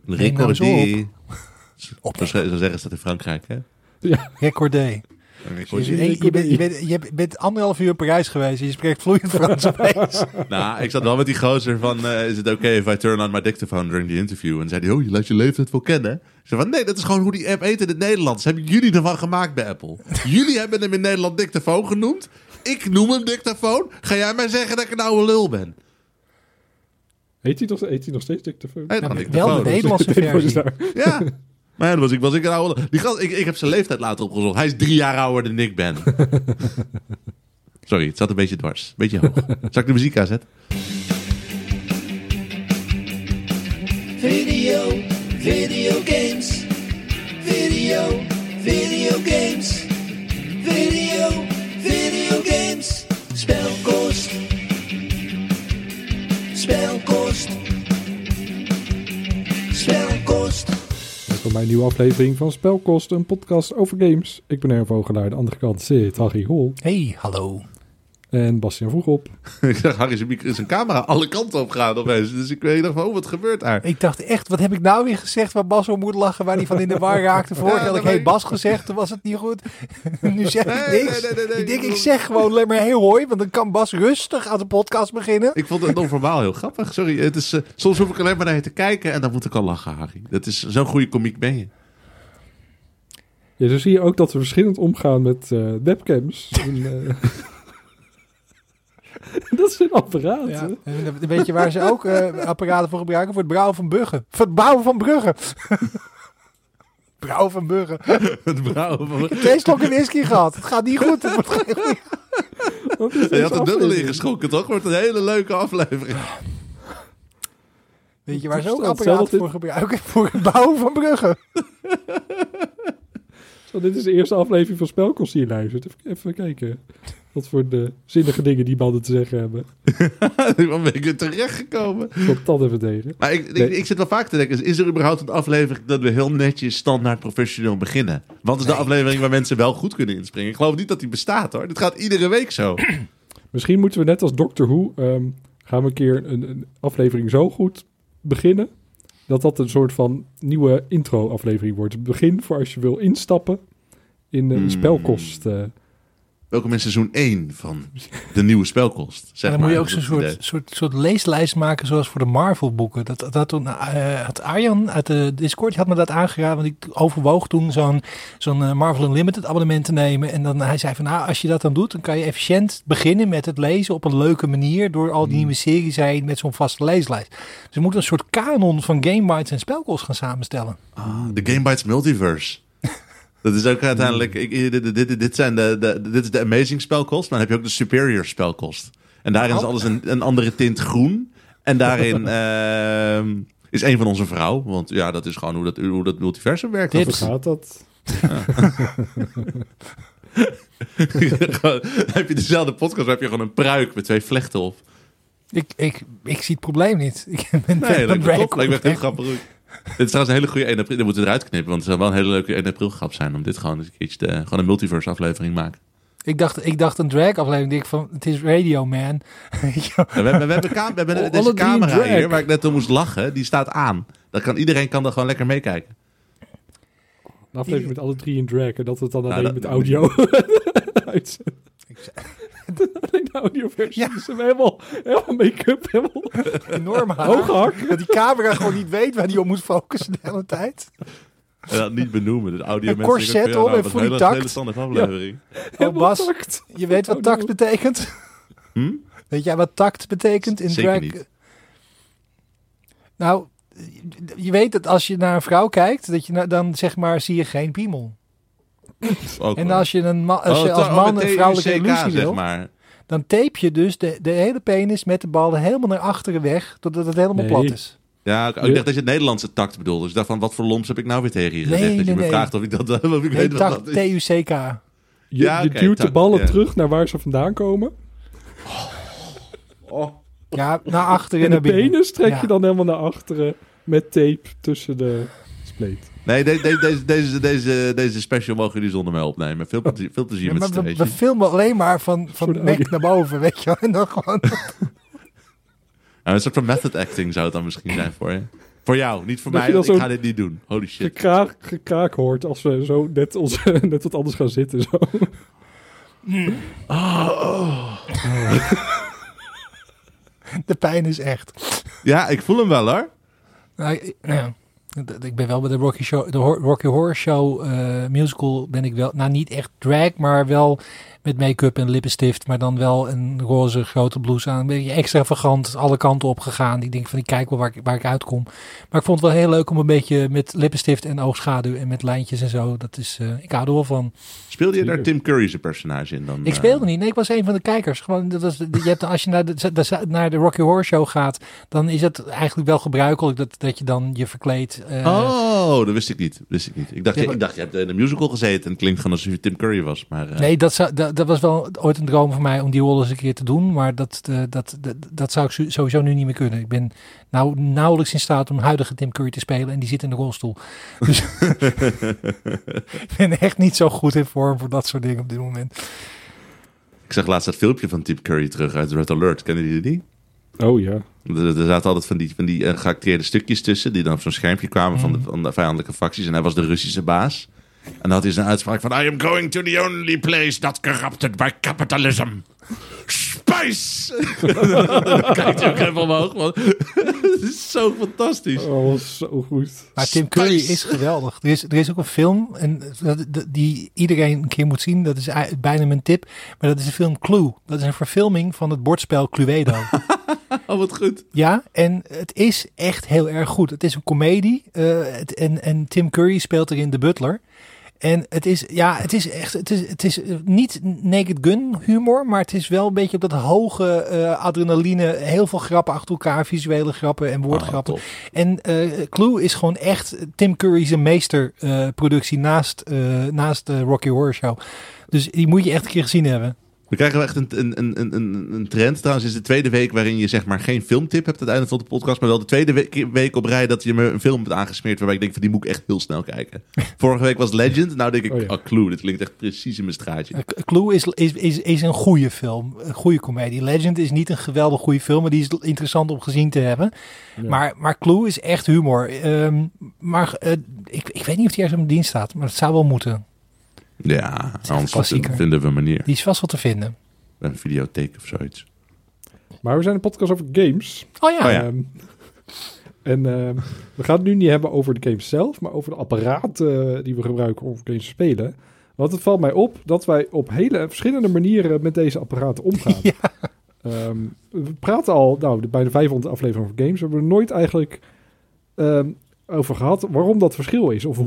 Recordé. Zo zeggen ze dat in Frankrijk, hè? Ja. Recordé. Je bent 1,5 uur in Parijs geweest en je spreekt vloeiend Frans opeens. Nou, ik zat wel met die gozer van... is het oké if I turn on my dictaphone during the interview? En zei hij, je laat je leeftijd wel kennen. Ik zei van, nee, dat is gewoon hoe die app heet in het Nederlands. Hebben jullie ervan gemaakt bij Apple? Jullie hebben hem in Nederland dictafoon genoemd. Ik noem hem dictafoon. Ga jij mij zeggen dat ik een oude lul ben? Heet hij nog steeds dictafoon? Wel de Nederlandse versie. Ja. Maar ja, was ik een oude... Ik heb zijn leeftijd later opgezocht. Hij is 3 jaar ouder dan ik ben. Sorry, het zat een beetje dwars. Een beetje hoog. Zal ik de muziek aanzetten? Video games. Video games. Video games. Spelkost. Welkom bij een nieuwe aflevering van Spelkost, een podcast over games. Ik ben Erwin Vogelaar, aan de andere kant zit Harry Hol. Hey, hallo. En Bastiaan Vroegop. Ik zag Harry zijn camera alle kanten op gaan opeens. Dus ik dacht van, wat gebeurt daar? Ik dacht echt, wat heb ik nou weer gezegd waar Bas om moet lachen, waar hij van in de war raakte. Vorige had ik hey Bas gezegd, toen was het niet goed. Nu zeg ik niks. Nee. Ik denk, ik zeg gewoon alleen maar heel hoi, want dan kan Bas rustig aan de podcast beginnen. Ik vond het non-verbaal heel grappig. Sorry, het is, soms hoef ik alleen maar naar je te kijken en dan moet ik al lachen, Harry. Dat is zo'n goede komiek ben je. Ja, zo zie je ook dat we verschillend omgaan met webcams. Dat is een apparaat. Ja. Weet je waar ze ook apparaten voor gebruiken? Voor het brouwen van bruggen. Voor het bouwen van bruggen. Brouwen van bruggen. Het brouwen van... Ik heb 2 slokken whisky gehad. Het gaat niet goed. Het wordt geen goeie... Je had er dubbel ingeschonken, toch? Wordt een hele leuke aflevering. Weet je waar ze ook apparaten voor gebruiken? Voor het bouwen van bruggen. Zo, dit is de eerste aflevering van Spelkost die je luistert. Even kijken. Wat voor de zinnige dingen die mannen te zeggen hebben. Waar ben ik er terecht gekomen? Komt dat even tegen. Maar ik zit wel vaak te denken, is er überhaupt een aflevering dat we heel netjes standaard professioneel beginnen? Wat is de aflevering waar mensen wel goed kunnen inspringen? Ik geloof niet dat die bestaat, hoor. Dit gaat iedere week zo. Misschien moeten we net als Doctor Who, gaan we een keer een aflevering zo goed beginnen, dat een soort van nieuwe intro-aflevering wordt. Het begin voor als je wil instappen in een Spelkost. Welkom in seizoen 1 van de nieuwe Spelkost. Zeg dan moet je ook zo'n soort leeslijst maken zoals voor de Marvel-boeken. Dat toen had Arjan uit de Discord, die had me dat aangeraden. Want ik overwoog toen zo'n Marvel Unlimited abonnement te nemen. En dan hij zei van, als je dat dan doet, dan kan je efficiënt beginnen met het lezen op een leuke manier. Door al die nieuwe series heen met zo'n vaste leeslijst. Dus we moeten een soort kanon van Gamebytes en Spelkost gaan samenstellen. De Gamebytes Multiverse. Dat is ook uiteindelijk... Dit is de Amazing Spelkost, maar dan heb je ook de Superior Spelkost. En daarin is alles een andere tint groen. En daarin is een van onze vrouw. Want ja, dat is gewoon hoe dat multiversum werkt. Hoe gaat dat? Ja. Heb je dezelfde podcast, heb je gewoon een pruik met 2 vlechten op. Ik zie het probleem niet. Dat lijkt heel grappig. Dit is trouwens een hele goede 1 april. Dat moeten we eruit knippen, want het zou wel een hele leuke 1 april grap zijn om dit gewoon eens een keertje gewoon een multiverse aflevering maken. Ik dacht een drag aflevering. Ik van het is Radio Man. We hebben deze camera hier waar ik net om moest lachen. Die staat aan. Iedereen kan er gewoon lekker meekijken. Een aflevering met alle 3 in drag en dat het dan alleen met audio uitzet. Alleen de audioversie. Ja. Dus helemaal make-up. Helemaal enorm hoge hak. Dat die camera gewoon niet weet waar die op moet focussen de hele tijd. En dat niet benoemen. De audio een corset om en voor die tact. Hele standaard aflevering. Ja. Oh Bas, je weet wat tact betekent? Weet jij wat tact betekent in Zeker drag? Niet. Nou, je weet dat als je naar een vrouw kijkt, dat je dan zeg maar zie je geen piemel. En als je als man een vrouwelijke illusie wil, zeg maar, dan tape je dus de hele penis met de ballen helemaal naar achteren weg, totdat het helemaal plat is. Ja, ik dacht dat je het Nederlandse tact bedoelde. Dus ik dacht van, wat voor lomps heb ik nou weer tegen je gezegd? Dat je me vraagt of ik dat weet wat dat is. TUCK. Je duwt de ballen terug naar waar ze vandaan komen. Ja, naar achteren en naar de penis trek je dan helemaal naar achteren met tape tussen de spleet. Nee, deze special mogen jullie zonder mij opnemen. Veel plezier met stage. We filmen alleen maar van nek naar boven, weet je wel. En dan gewoon... Een soort van method acting zou het dan misschien zijn voor je. Voor jou, niet voor Dat mij. je dan Want ik zo- ga dit niet doen. Holy shit. Gekraak hoort als we zo net wat anders gaan zitten. Zo. De pijn is echt. Ja, ik voel hem wel hoor. Ik ben wel bij de Rocky Horror Show musical ben ik wel, nou niet echt drag, maar wel met make-up en lippenstift, maar dan wel een roze grote blouse aan. Een beetje extravagant, alle kanten op gegaan. Ik denk van, ik kijk wel waar ik uitkom. Maar ik vond het wel heel leuk om een beetje met lippenstift en oogschaduw en met lijntjes en zo. Dat is, ik hou er wel van. Speelde je daar Tim Curry's personage in dan? Ik speelde niet. Nee, ik was een van de kijkers. Gewoon, je hebt, als je naar de Rocky Horror Show gaat, dan is het eigenlijk wel gebruikelijk dat je dan je verkleedt. Dat wist ik niet. Ik dacht, je hebt in een musical gezeten en het klinkt gewoon alsof je Tim Curry was. Maar, Nee, dat was wel ooit een droom van mij om die rol eens een keer te doen. Maar dat zou ik sowieso nu niet meer kunnen. Ik ben nauwelijks in staat om huidige Tim Curry te spelen en die zit in de rolstoel. Dus ik ben echt niet zo goed in vorm voor dat soort dingen op dit moment. Ik zag laatst dat filmpje van Tim Curry terug uit Red Alert. Kennen jullie die? Oh ja. Er zaten altijd van die geacteerde stukjes tussen die dan op zo'n schermpje kwamen van de vijandelijke facties. En hij was de Russische baas. En dan had hij zijn uitspraak van I am going to the only place not corrupted by capitalism. Space! Dan kijkt hij ook even omhoog. Want het is zo fantastisch. Oh, zo goed. Maar Tim Curry is geweldig. Er is ook een film die iedereen een keer moet zien. Dat is bijna mijn tip. Maar dat is de film Clue. Dat is een verfilming van het bordspel Cluedo. Oh, wat goed. Ja, en het is echt heel erg goed. Het is een komedie. En Tim Curry speelt erin de butler. En het is niet Naked Gun humor, maar het is wel een beetje op dat hoge adrenaline, heel veel grappen achter elkaar, visuele grappen en woordgrappen. En Clue is gewoon echt Tim Curry's meesterproductie naast de Rocky Horror Show. Dus die moet je echt een keer gezien hebben. We krijgen wel echt een trend. Trouwens is de tweede week waarin je zeg maar geen filmtip hebt aan het einde van de podcast. Maar wel de tweede week op rij dat je me een film hebt aangesmeerd waarbij ik denk van die moet ik echt heel snel kijken. Vorige week was Legend. Nou denk ik, Clue. Dit klinkt echt precies in mijn straatje. Clue is een goede film. Een goede komedie. Legend is niet een geweldig goede film, maar die is interessant om gezien te hebben. Ja. Maar Clue is echt humor. Ik weet niet of die ergens op mijn dienst staat, maar het zou wel moeten. Ja, anders vinden we een manier. Die is vast wel te vinden. Een videotheek of zoiets. Maar we zijn een podcast over games. Oh ja. We gaan het nu niet hebben over de games zelf, maar over de apparaten die we gebruiken om games te spelen. Want het valt mij op dat wij op hele verschillende manieren met deze apparaten omgaan. Ja. We praten al bij de 500 afleveringen over games. We hebben er nooit eigenlijk over gehad waarom dat verschil is. Of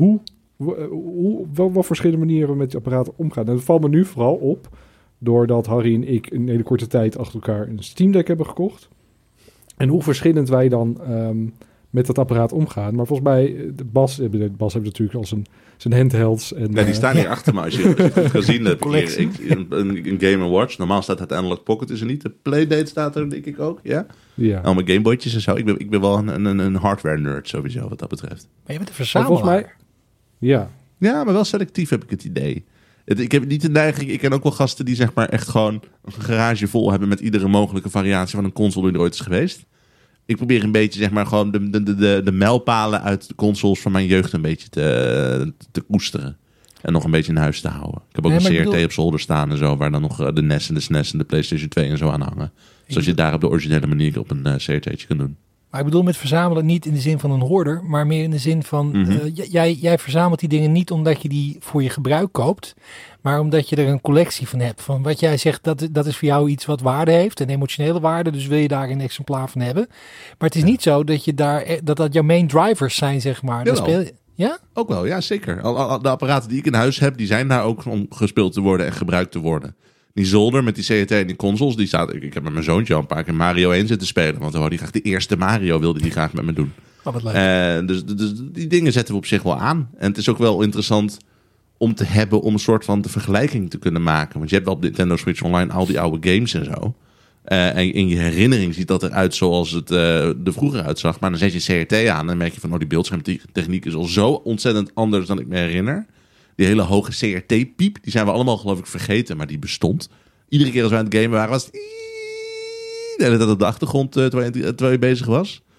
wat verschillende manieren we met die apparaten omgaan. En dat valt me nu vooral op doordat Harry en ik in een hele korte tijd achter elkaar een Steam Deck hebben gekocht. En hoe verschillend wij dan met dat apparaat omgaan. Maar volgens mij, Bas heeft natuurlijk al zijn handhelds. En, die staan hier achter me. Als je het gezien hebt. Een Game & Watch. Normaal staat het Analog Pocket is er niet. De Playdate staat er denk ik ook. Ja. Al mijn Gameboytjes en zo. Ik ben wel een hardware nerd sowieso wat dat betreft. Maar je bent een verzamelaar. Volgens mij, ja, maar wel selectief heb ik het idee. Ik heb niet de neiging. Ik ken ook wel gasten die zeg maar echt gewoon een garage vol hebben met iedere mogelijke variatie van een console die er ooit is geweest. Ik probeer een beetje zeg maar gewoon de mijlpalen uit de consoles van mijn jeugd een beetje te koesteren. En nog een beetje in huis te houden. Ik heb ook een CRT op zolder staan en zo, waar dan nog de NES en de SNES en de PlayStation 2 en zo aan hangen. Zodat je daar op de originele manier op een CRT'tje kan doen. Maar ik bedoel met verzamelen niet in de zin van een hoorder, maar meer in de zin van jij verzamelt die dingen niet omdat je die voor je gebruik koopt, maar omdat je er een collectie van hebt. Van wat jij zegt, dat is voor jou iets wat waarde heeft, een emotionele waarde, dus wil je daar een exemplaar van hebben. Maar het is niet zo dat je dat jouw main drivers zijn, zeg maar. Dan speel je, ja? Ook wel, ja zeker. De apparaten die ik in huis heb, die zijn daar ook om gespeeld te worden en gebruikt te worden. Die zolder met die CRT en die consoles, die staat. Ik heb met mijn zoontje al een paar keer Mario 1 zitten spelen. Want die graag de eerste Mario wilde die graag met me doen. Oh, wat leuk. Dus die dingen zetten we op zich wel aan. En het is ook wel interessant om te hebben om een soort van de vergelijking te kunnen maken. Want je hebt wel op Nintendo Switch Online al die oude games en zo. En in je herinnering ziet dat eruit zoals het er vroeger uitzag. Maar dan zet je CRT aan en dan merk je van die beeldschermtechniek is al zo ontzettend anders dan ik me herinner. Die hele hoge CRT-piep, die zijn we allemaal geloof ik vergeten, maar die bestond. Iedere keer als we aan het gamen waren, was het de hele tijd op de achtergrond terwijl je bezig was.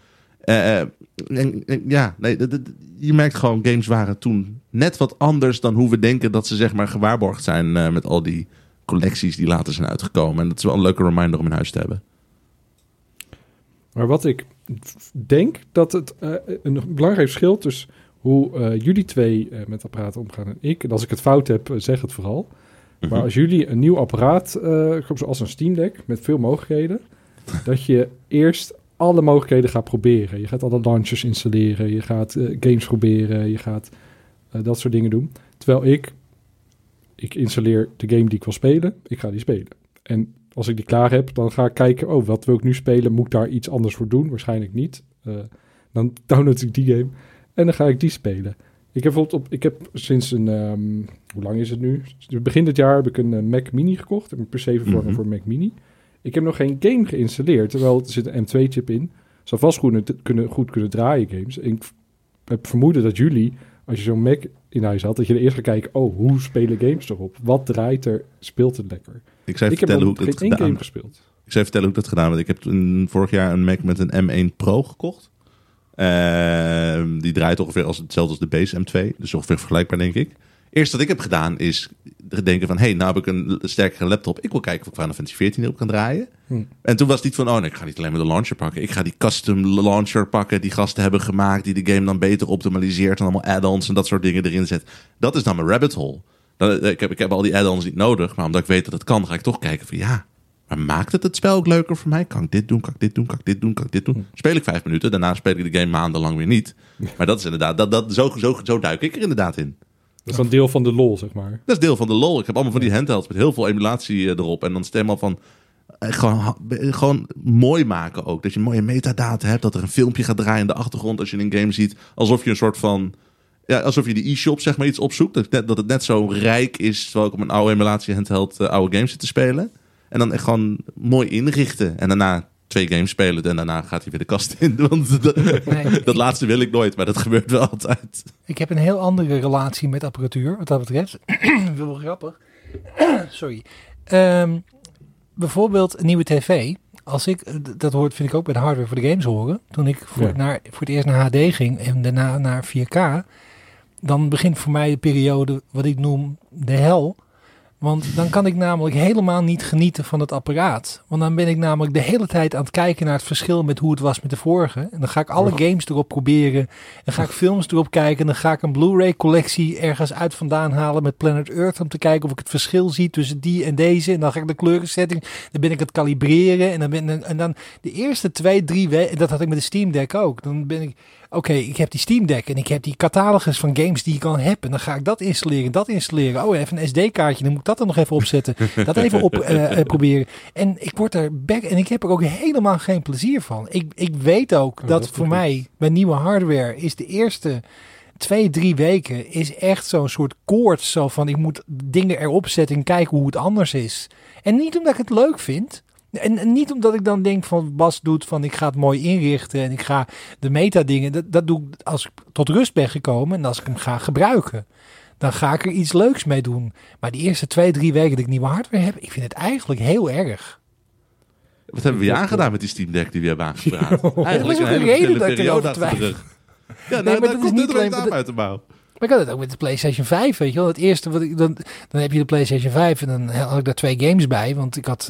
Je merkt gewoon, games waren toen net wat anders dan hoe we denken dat ze zeg maar gewaarborgd zijn met al die collecties die later zijn uitgekomen. En dat is wel een leuke reminder om in huis te hebben. Maar wat ik denk dat het een belangrijk verschil tussen hoe jullie twee met apparaten omgaan en ik. En als ik het fout heb, zeg het vooral. Maar als jullie een nieuw apparaat, zoals een Steam Deck met veel mogelijkheden, dat je eerst alle mogelijkheden gaat proberen. Je gaat alle launchers installeren, je gaat games proberen, je gaat dat soort dingen doen. Terwijl ik installeer de game die ik wil spelen, ik ga die spelen. En als ik die klaar heb, dan ga ik kijken, wat wil ik nu spelen? Moet ik daar iets anders voor doen? Waarschijnlijk niet. Dan download ik die game en dan ga ik die spelen. Ik heb sinds hoe lang is het nu? Begin dit jaar heb ik een Mac Mini gekocht. Ik heb een per se vervangen voor een Mac Mini. Ik heb nog geen game geïnstalleerd, terwijl er zit een M2-chip in. Zou vast goed kunnen draaien games. En ik heb vermoeden dat jullie, als je zo'n Mac in huis had, dat je er eerst gaat kijken, hoe spelen games erop? Wat draait er? Speelt het lekker? Ik zou vertellen hoe ik dat gedaan. Game gespeeld. Ik zou vertellen hoe ik dat gedaan heb. Ik heb vorig jaar een Mac met een M1 Pro gekocht. Die draait ongeveer hetzelfde als de base M2. Dus ongeveer vergelijkbaar, denk ik. Eerst wat ik heb gedaan is denken van, nou heb ik een sterkere laptop. Ik wil kijken of ik Final Fantasy 14 op kan draaien. En toen was het niet van, ik ga niet alleen maar de launcher pakken. Ik ga die custom launcher pakken die gasten hebben gemaakt, die de game dan beter optimaliseert en allemaal add-ons en dat soort dingen erin zet. Dat is dan mijn rabbit hole. Ik heb al die add-ons niet nodig, maar omdat ik weet dat het kan, ga ik toch kijken van, maar maakt het spel ook leuker voor mij? Kan ik dit doen? Kan ik dit doen? Kan ik dit doen? Kan ik dit doen? Speel ik 5 minuten, daarna speel ik de game maandenlang weer niet. Maar dat is inderdaad, zo duik ik er inderdaad in. Dat is een deel van de lol, zeg maar. Dat is deel van de lol. Ik heb allemaal van die handhelds met heel veel emulatie erop. En dan is het helemaal van, gewoon mooi maken ook. Dat je mooie metadata hebt, dat er een filmpje gaat draaien in de achtergrond als je een game ziet. Alsof je een soort van, alsof je de e-shop zeg maar iets opzoekt. Dat het net zo rijk is, terwijl ik op een oude emulatie handheld oude games zit te spelen. En dan echt gewoon mooi inrichten. En daarna 2 games spelen en daarna gaat hij weer de kast in. Want dat laatste wil ik nooit, maar dat gebeurt wel altijd. Ik heb een heel andere relatie met apparatuur, wat dat betreft. Wel grappig. Sorry. Bijvoorbeeld een nieuwe tv. Als ik, dat hoort vind ik ook bij de hardware voor de games horen. Toen ik voor het eerst naar HD ging en daarna naar 4K. Dan begint voor mij de periode wat ik noem de hel. Want dan kan ik namelijk helemaal niet genieten van het apparaat. Want dan ben ik namelijk de hele tijd aan het kijken naar het verschil met hoe het was met de vorige. En dan ga ik alle games erop proberen. En ga ik films erop kijken. En dan ga ik een Blu-ray collectie ergens uit vandaan halen met Planet Earth. Om te kijken of ik het verschil zie tussen die en deze. En dan ga ik de kleurensetting. Dan ben ik het kalibreren. En dan de eerste 2-3 weken. Dat had ik met de Steam Deck ook. Dan ben ik... Oké, ik heb die Steam Deck en ik heb die catalogus van games die ik al heb. En dan ga ik dat installeren. Oh, even een SD-kaartje, dan moet ik dat er nog even opzetten. Dat even proberen. En ik word er en ik heb er ook helemaal geen plezier van. Ik weet ook dat voor mij, bij nieuwe hardware, is de eerste 2-3 weken is echt zo'n soort koorts. Zo van, ik moet dingen erop zetten en kijken hoe het anders is. En niet omdat ik het leuk vind... En niet omdat ik dan denk van Bas doet van ik ga het mooi inrichten en ik ga de metadingen, dat doe ik als ik tot rust ben gekomen en als ik hem ga gebruiken. Dan ga ik er iets leuks mee doen. Maar die eerste 2-3 weken dat ik nieuwe hardware heb, ik vind het eigenlijk heel erg. Wat hebben we je aangedaan met die Steam Deck die we hebben aangepraat? Eigenlijk een reden dat ik erover twijfel. Ja, maar dat komt niet alleen uit de bouw. Maar ik had het ook met de PlayStation 5, weet je wel. Het eerste wat ik dan heb je de PlayStation 5 en dan had ik daar 2 games bij, want ik had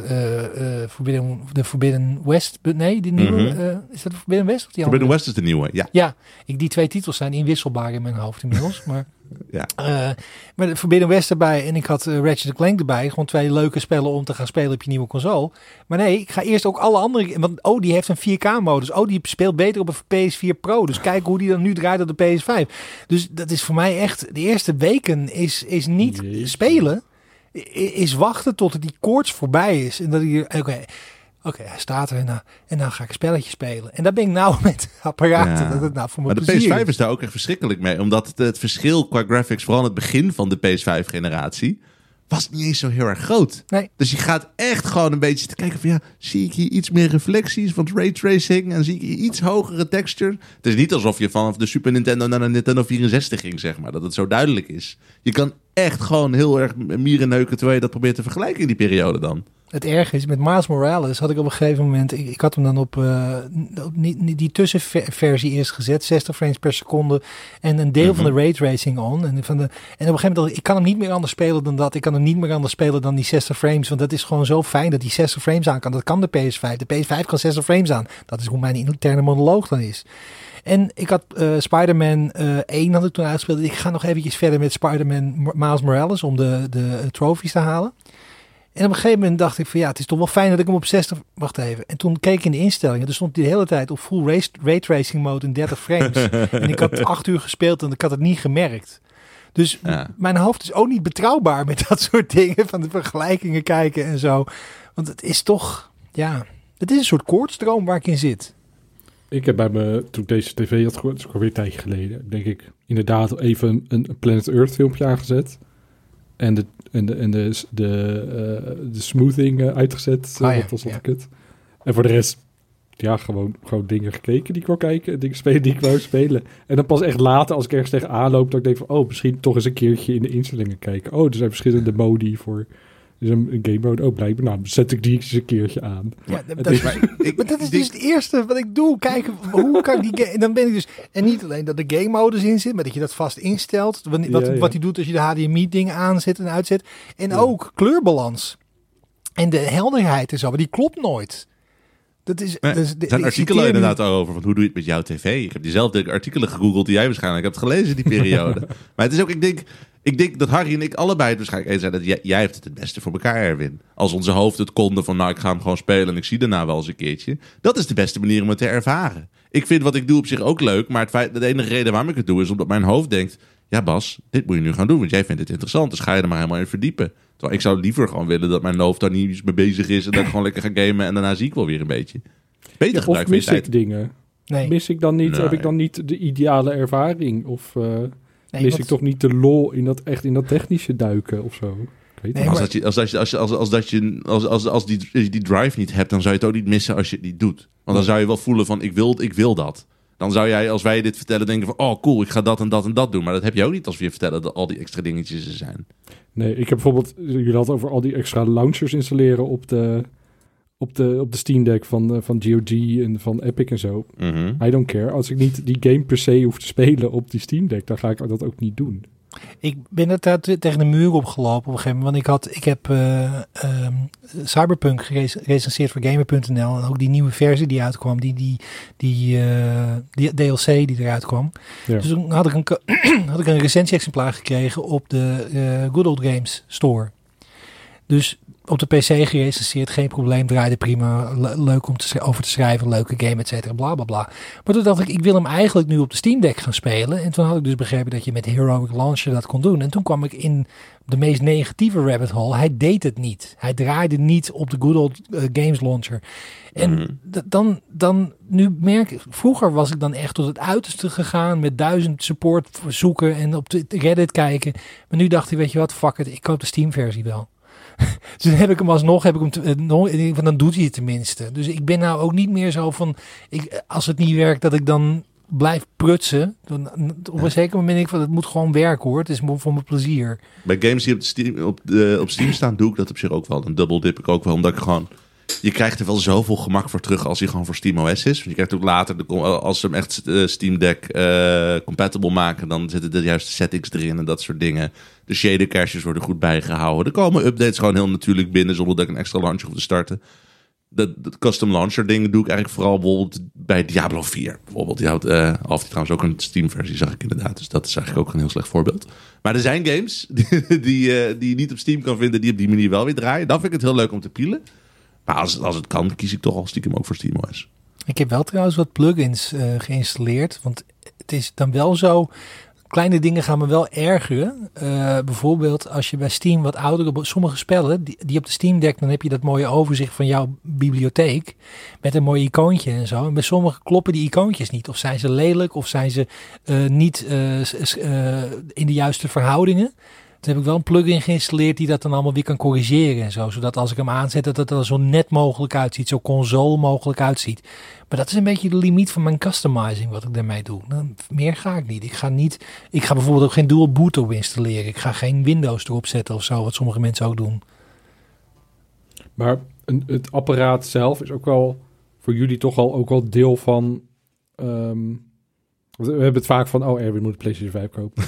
de Forbidden West, nee, die nieuwe, is dat de Forbidden West of die Forbidden West is de nieuwe, ja. Ja, die 2 titels zijn inwisselbaar in mijn hoofd inmiddels, maar ja. Maar de Forbidden West erbij en ik had Ratchet & Clank erbij, gewoon 2 leuke spellen om te gaan spelen op je nieuwe console. Maar nee, ik ga eerst ook alle andere, want die heeft een 4K-modus. Die speelt beter op een PS4 Pro. Dus kijk hoe die dan nu draait op de PS5. Dus dat is voor mij echt, de eerste weken is niet spelen, is wachten tot die koorts voorbij is. En dat ik Oké, hij staat er en dan ga ik een spelletje spelen. En daar ben ik nou met apparaten. Ja. Dat het nou voor mijn maar de plezier PS5 is daar ook echt verschrikkelijk mee. Omdat het verschil qua graphics, vooral aan het begin van de PS5-generatie, was niet eens zo heel erg groot. Nee. Dus je gaat echt gewoon een beetje te kijken van zie ik hier iets meer reflecties van raytracing en zie ik hier iets hogere texture. Het is niet alsof je vanaf de Super Nintendo naar de Nintendo 64 ging, zeg maar. Dat het zo duidelijk is. Je kan echt gewoon heel erg mierenneuken terwijl je dat probeert te vergelijken in die periode dan. Het erge is, met Miles Morales had ik op een gegeven moment... Ik had hem dan op die tussenversie eerst gezet. 60 frames per seconde. En een deel van de raytracing on. En op een gegeven moment dacht ik kan hem niet meer anders spelen dan dat. Ik kan hem niet meer anders spelen dan die 60 frames. Want dat is gewoon zo fijn dat die 60 frames aan kan. Dat kan de PS5. De PS5 kan 60 frames aan. Dat is hoe mijn interne monoloog dan is. En ik had Spider-Man 1 had ik toen uitgespeeld. Ik ga nog eventjes verder met Spider-Man Miles Morales om de trophies te halen. En op een gegeven moment dacht ik van het is toch wel fijn dat ik hem op 60... Wacht even. En toen keek ik in de instellingen. Er stond hij de hele tijd op full raytracing mode in 30 frames. En ik had 8 uur gespeeld en ik had het niet gemerkt. Dus mijn hoofd is ook niet betrouwbaar met dat soort dingen. Van de vergelijkingen kijken en zo. Want het is toch... het is een soort koortstroom waar ik in zit. Ik heb bij me, toen ik deze tv had gehoord, dat is alweer een tijdje geleden, denk ik inderdaad even een Planet Earth filmpje aangezet. En de smoothing uitgezet. Dat was wat kut. En voor de rest, gewoon dingen gekeken die ik wou kijken. En dingen spelen die ik wou spelen. En dan pas echt later, als ik ergens tegenaan loop, dat ik denk van, misschien toch eens een keertje in de instellingen kijken. Er zijn verschillende modi voor... Dus een game mode, blijkbaar. Nou, dan zet ik die eens een keertje aan. Ja, dat is dus het eerste wat ik doe. Kijken, hoe kan ik die game... En dan ben ik dus... En niet alleen dat de game modus in zit, maar dat je dat vast instelt. Wat hij doet als je de HDMI dingen aanzet en uitzet. En ook kleurbalans. En de helderheid en zo, maar die klopt nooit. Dat is... Er zijn artikelen inderdaad over, van hoe doe je het met jouw tv? Ik heb diezelfde artikelen gegoogeld die jij waarschijnlijk hebt gelezen in die periode. Maar het is ook, ik denk dat Harry en ik allebei het waarschijnlijk eens zijn dat jij hebt het beste voor elkaar, Erwin. Als onze hoofd het konden van, ik ga hem gewoon spelen en ik zie daarna wel eens een keertje. Dat is de beste manier om het te ervaren. Ik vind wat ik doe op zich ook leuk, maar de enige reden waarom ik het doe is omdat mijn hoofd denkt, ja Bas, dit moet je nu gaan doen, want jij vindt het interessant, dus ga je er maar helemaal in verdiepen. Terwijl ik zou liever gewoon willen dat mijn hoofd daar niet eens mee bezig is en dat ik gewoon lekker ga gamen en daarna zie ik wel weer een beetje. Beter gebruik van je tijd. Of mis ik dingen? Nee. Mis ik dan niet, heb ik dan niet de ideale ervaring? Of mis ik toch niet de lol in dat technische duiken of zo? Als die drive niet hebt, dan zou je het ook niet missen als je het niet doet. Want dan zou je wel voelen van, ik wil dat. Dan zou jij, als wij je dit vertellen, denken van, oh cool, ik ga dat en dat en dat doen. Maar dat heb je ook niet als we je vertellen dat al die extra dingetjes er zijn. Nee, ik heb bijvoorbeeld, jullie hadden over al die extra launchers installeren op de Steam Deck van GOG en van Epic en zo. Mm-hmm. I don't care. Als ik niet die game per se hoef te spelen op die Steam Deck, dan ga ik dat ook niet doen. Ik ben er tegen de muur opgelopen op een gegeven moment. Want ik heb Cyberpunk gerecenseerd voor Gamer.nl. En ook die nieuwe versie die uitkwam. Die DLC die eruit kwam. Ja. Dus toen had ik een recensie-exemplaar gekregen op de Good Old Games Store. Dus op de PC gerecenseerd, geen probleem, draaide prima, leuk om over te schrijven, leuke game, et cetera, bla bla bla. Maar toen dacht ik wil hem eigenlijk nu op de Steam Deck gaan spelen. En toen had ik dus begrepen dat je met Heroic Launcher dat kon doen. En toen kwam ik in de meest negatieve rabbit hole. Hij deed het niet. Hij draaide niet op de Good Old Games Launcher. En dan nu merk ik, vroeger was ik dan echt tot het uiterste gegaan met 1000 support zoeken en op de Reddit kijken. Maar nu dacht ik, weet je wat, fuck it, ik koop de Steam versie wel. Dus dan heb ik hem alsnog, dan doet hij het tenminste. Dus ik ben nou ook niet meer zo van, als het niet werkt, dat ik dan blijf prutsen. Op een zeker moment denk ik van, het moet gewoon werken hoor. Het is voor mijn plezier. Bij games die op Steam staan, doe ik dat op zich ook wel. Dan double dip ik ook wel, omdat ik gewoon... Je krijgt er wel zoveel gemak voor terug als hij gewoon voor SteamOS is. Want je krijgt ook later, als ze hem echt Steam Deck compatible maken, dan zitten de juiste settings erin en dat soort dingen. De shader caches worden goed bijgehouden. Er komen updates gewoon heel natuurlijk binnen, zonder dat ik een extra launcher hoef te starten. De custom launcher dingen doe ik eigenlijk vooral bijvoorbeeld bij Diablo 4. Bijvoorbeeld, die trouwens ook een Steam versie, zag ik inderdaad. Dus dat is eigenlijk ook een heel slecht voorbeeld. Maar er zijn games die je niet op Steam kan vinden, die op die manier wel weer draaien. Dan vind ik het heel leuk om te pielen. Maar als het kan, kies ik toch al stiekem ook voor SteamOS. Ik heb wel trouwens wat plugins geïnstalleerd. Want het is dan wel zo... Kleine dingen gaan me wel ergeren. Bijvoorbeeld als je bij Steam wat oudere... Sommige spellen, die op de Steam Deck... Dan heb je dat mooie overzicht van jouw bibliotheek. Met een mooi icoontje en zo. En bij sommige kloppen die icoontjes niet. Of zijn ze lelijk. Of zijn ze niet in de juiste verhoudingen. Toen heb ik wel een plugin geïnstalleerd die dat dan allemaal weer kan corrigeren en zo. Zodat als ik hem aanzet, dat het er zo net mogelijk uitziet. Zo console mogelijk uitziet. Maar dat is een beetje de limiet van mijn customizing wat ik daarmee doe. Meer ga ik niet. Ik ga bijvoorbeeld ook geen dual boot op installeren. Ik ga geen Windows erop zetten of zo, wat sommige mensen ook doen. Maar het apparaat zelf is ook wel voor jullie toch al ook wel deel van... we hebben het vaak van... Erwin moet een PlayStation 5 kopen.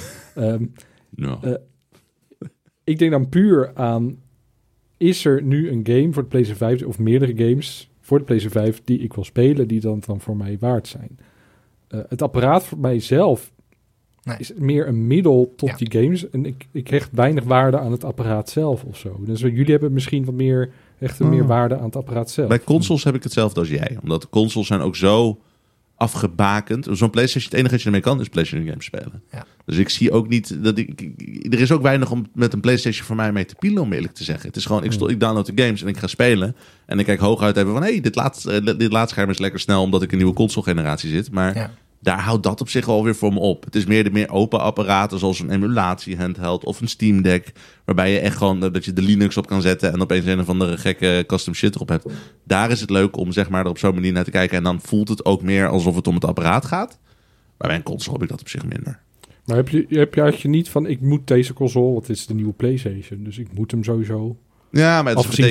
Ik denk dan puur aan... Is er nu een game voor de PlayStation 5... of meerdere games voor de PlayStation 5... die ik wil spelen, die dan voor mij waard zijn? Het apparaat voor mijzelf... is meer een middel tot die games. En ik hecht weinig waarde aan het apparaat zelf of zo. Dus jullie hebben misschien wat meer... echt meer waarde aan het apparaat zelf. Bij consoles heb ik hetzelfde als jij. Omdat de consoles zijn ook zo afgebakend. Zo'n PlayStation, het enige wat je ermee kan is PlayStation games spelen. Ja. Dus ik zie ook niet... er is ook weinig om met een PlayStation voor mij mee te pielen, om eerlijk te zeggen. Het is gewoon, ik download de games en ik ga spelen. En ik kijk hooguit even van... dit laadscherm is lekker snel omdat ik in een nieuwe console generatie zit. Maar... Ja. Daar houdt dat op zich alweer voor me op. Het is meer meer open apparaten zoals een emulatie handheld of een Steam Deck. Waarbij je echt gewoon dat je de Linux op kan zetten en opeens een of andere gekke custom shit erop hebt. Daar is het leuk om zeg maar er op zo'n manier naar te kijken. En dan voelt het ook meer alsof het om het apparaat gaat. Maar bij een console heb ik dat op zich minder. Maar had je niet van ik moet deze console, want het is de nieuwe PlayStation. Dus ik moet hem sowieso... Ja, maar dat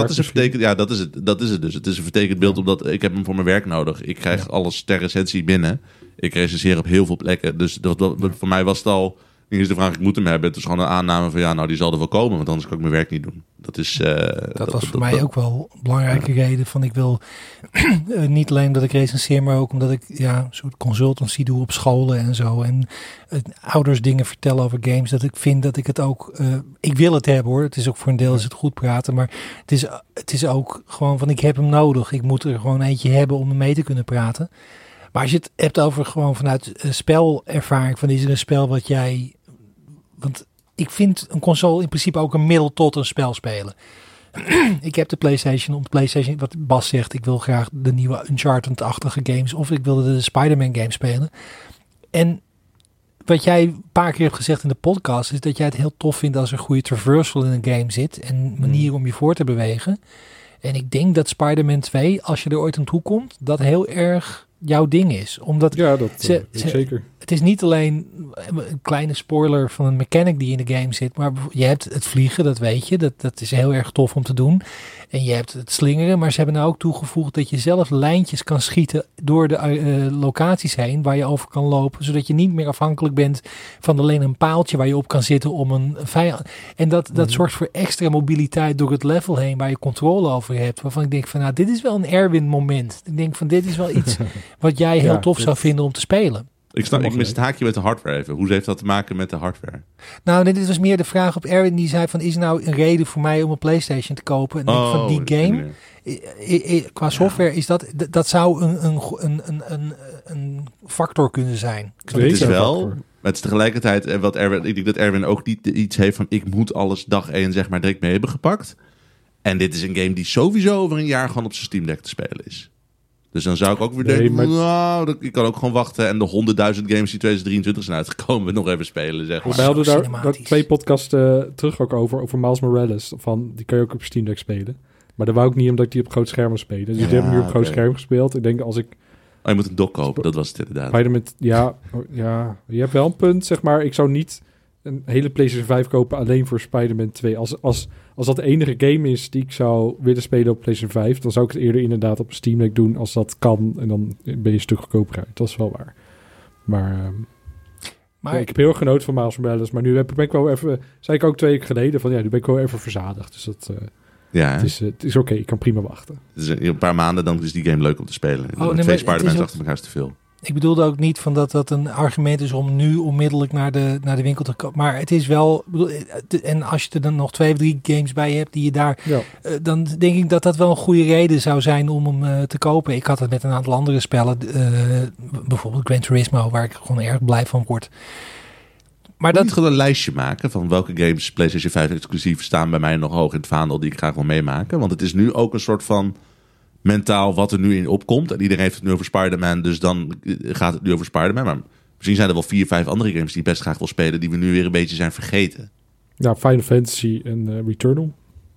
is het dus. Het is een vertekend beeld omdat ik heb hem voor mijn werk nodig. Ik krijg alles ter recensie binnen. Ik recenseer op heel veel plekken. Dus voor mij was het al... Nu is de vraag, ik moet hem hebben. Het is gewoon een aanname van die zal er wel komen. Want anders kan ik mijn werk niet doen. Dat is... dat was voor mij ook wel een belangrijke reden van ik wil... niet alleen dat ik recenseer, maar ook omdat ik een soort consultancy doe op scholen en zo. En ouders dingen vertellen over games. Dat ik vind dat ik het ook... ik wil het hebben hoor. Het is ook voor een deel is het goed praten. Maar het is ook gewoon van ik heb hem nodig. Ik moet er gewoon eentje hebben om mee te kunnen praten. Maar als je het hebt over gewoon vanuit spelervaring, van is er een spel wat jij... Want ik vind een console in principe ook een middel tot een spel spelen. Ik heb de PlayStation, wat Bas zegt, ik wil graag de nieuwe Uncharted-achtige games of ik wilde de Spider-Man game spelen. En wat jij een paar keer hebt gezegd in de podcast is dat jij het heel tof vindt als er goede traversal in een game zit en manieren om je voor te bewegen. En ik denk dat Spider-Man 2, als je er ooit aan toe komt, dat heel erg jouw ding is. Omdat zeker. Het is niet alleen een kleine spoiler van een mechanic die in de game zit, maar je hebt het vliegen, dat weet je. Dat is heel erg tof om te doen. En je hebt het slingeren, maar ze hebben nou ook toegevoegd dat je zelf lijntjes kan schieten door de locaties heen waar je over kan lopen, zodat je niet meer afhankelijk bent van alleen een paaltje waar je op kan zitten om een vijand. En dat zorgt voor extra mobiliteit door het level heen waar je controle over hebt. Waarvan ik denk van dit is wel een Erwin moment. Ik denk van dit is wel iets wat jij heel tof zou vinden om te spelen. Ik mis het haakje met de hardware even. Hoe heeft dat te maken met de hardware? Nou, dit was meer de vraag op Erwin. Die zei van, is nou een reden voor mij om een PlayStation te kopen? En denk van die game, qua software, is dat zou een factor kunnen zijn. Het is wel, maar het is tegelijkertijd, ik denk dat Erwin ook niet iets heeft van, ik moet alles dag 1 zeg maar direct mee hebben gepakt. En dit is een game die sowieso over een jaar gewoon op zijn Steam Deck te spelen is. Dus dan zou ik ook weer denken, ik kan ook gewoon wachten en de 100.000 games die 2023 zijn uitgekomen nog even spelen. Zeg maar. We hadden daar 2 podcasts terug ook over Miles Morales. Die kan je ook op Steam Deck spelen. Maar dat wou ik niet omdat ik die op groot scherm wil spelen. Dus ik heb nu op groot scherm gespeeld. Ik denk als ik... je moet een dock kopen, dat was het inderdaad. Je hebt wel een punt, zeg maar. Ik zou niet een hele PlayStation 5 kopen alleen voor Spider-Man 2. Als dat de enige game is die ik zou willen spelen op PlayStation 5... dan zou ik het eerder inderdaad op Steam Deck doen als dat kan. En dan ben je een stuk goedkoper uit. Dat is wel waar. Maar ik heb heel erg genoten van Miles Morales. Maar nu ben ik wel even... zei ik ook 2 weken geleden van... nu ben ik wel even verzadigd. Dus dat... het is oké. Ik kan prima wachten. Dus een paar maanden dan is die game leuk om te spelen. 2 Spider-Man's achter elkaar is te veel. Ik bedoelde ook niet van dat een argument is om nu onmiddellijk naar de winkel te komen. Maar het is wel... En als je er dan nog 2 of 3 games bij hebt die je daar... dan denk ik dat wel een goede reden zou zijn om hem te kopen. Ik had het met een aantal andere spellen. Bijvoorbeeld Gran Turismo, waar ik gewoon erg blij van word. Maar niet gewoon een lijstje maken van welke games PlayStation 5 exclusief staan bij mij nog hoog in het vaandel die ik graag wil meemaken. Want het is nu ook een soort van... mentaal wat er nu in opkomt. En iedereen heeft het nu over Spider-Man, dus dan gaat het nu over Spider-Man. Maar misschien zijn er wel 4, 5 andere games die ik best graag wil spelen, die we nu weer een beetje zijn vergeten. Ja, Final Fantasy en Returnal.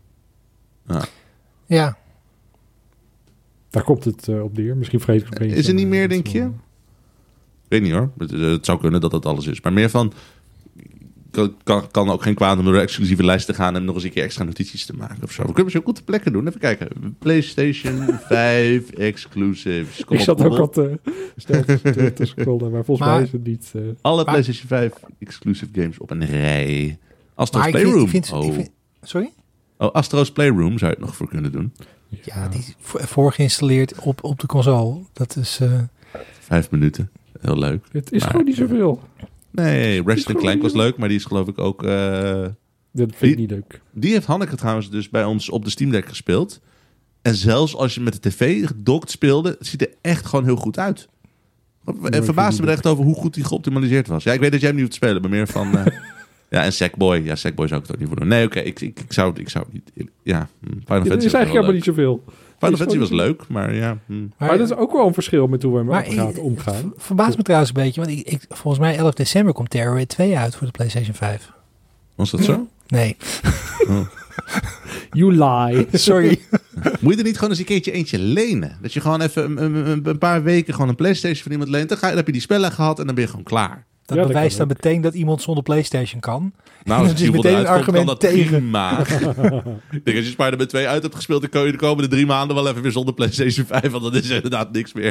Ja. Daar komt het op neer. Misschien vergeet ik het. Is er niet meer, denk je? Ik weet niet hoor. Het zou kunnen dat dat alles is. Maar meer van... kan ook geen kwaad om door de exclusieve lijst te gaan en nog eens een keer extra notities te maken of zo. We kunnen ze ook goed ter plekke doen. Even kijken. PlayStation 5 exclusives. Ik zat ook al te scrollen, maar volgens mij is het niet... Alle PlayStation 5 exclusive games op een rij. Astro's Playroom. Sorry? Oh, Astro's Playroom zou je het nog voor kunnen doen. Ja, die is voorgeïnstalleerd op de console. Dat is... 5 minuten. Heel leuk. Het is gewoon niet zoveel. Nee, Ratchet & Clank was leuk, maar die is geloof ik ook... dat vind ik niet leuk. Die heeft Hanneke trouwens dus bij ons op de Steam Deck gespeeld. En zelfs als je met de tv gedokt speelde, het ziet er echt gewoon heel goed uit. En verbaasde me er echt over hoe goed die geoptimaliseerd was. Ja, ik weet dat jij hem niet hoeft te spelen, maar meer van... ja, en Sackboy. Ja, Sackboy zou ik het ook niet voor doen. Nee, oké, ik zou niet... Ja, Final Fantasy is eigenlijk helemaal niet zoveel. Final Fantasy was leuk, maar ja... Maar dat is ook wel een verschil met hoe we met apparaten omgaan. Verbaast me trouwens een beetje, want volgens mij 11 december komt Terrorway 2 uit voor de PlayStation 5. Was dat zo? Nee. Oh. You lie. Sorry. Moet je er niet gewoon eens een keertje eentje lenen? Dat je gewoon even een paar weken gewoon een PlayStation van iemand leent. Dan heb je die spellen gehad en dan ben je gewoon klaar. Dat bewijst dan meteen dat iemand zonder PlayStation kan. Nou, als dat is meteen een argument tegen. Prima. Ik denk, als je Spider-Man 2 uit hebt gespeeld, dan kun je de komende 3 maanden wel even weer zonder PlayStation 5, want dat is inderdaad niks meer.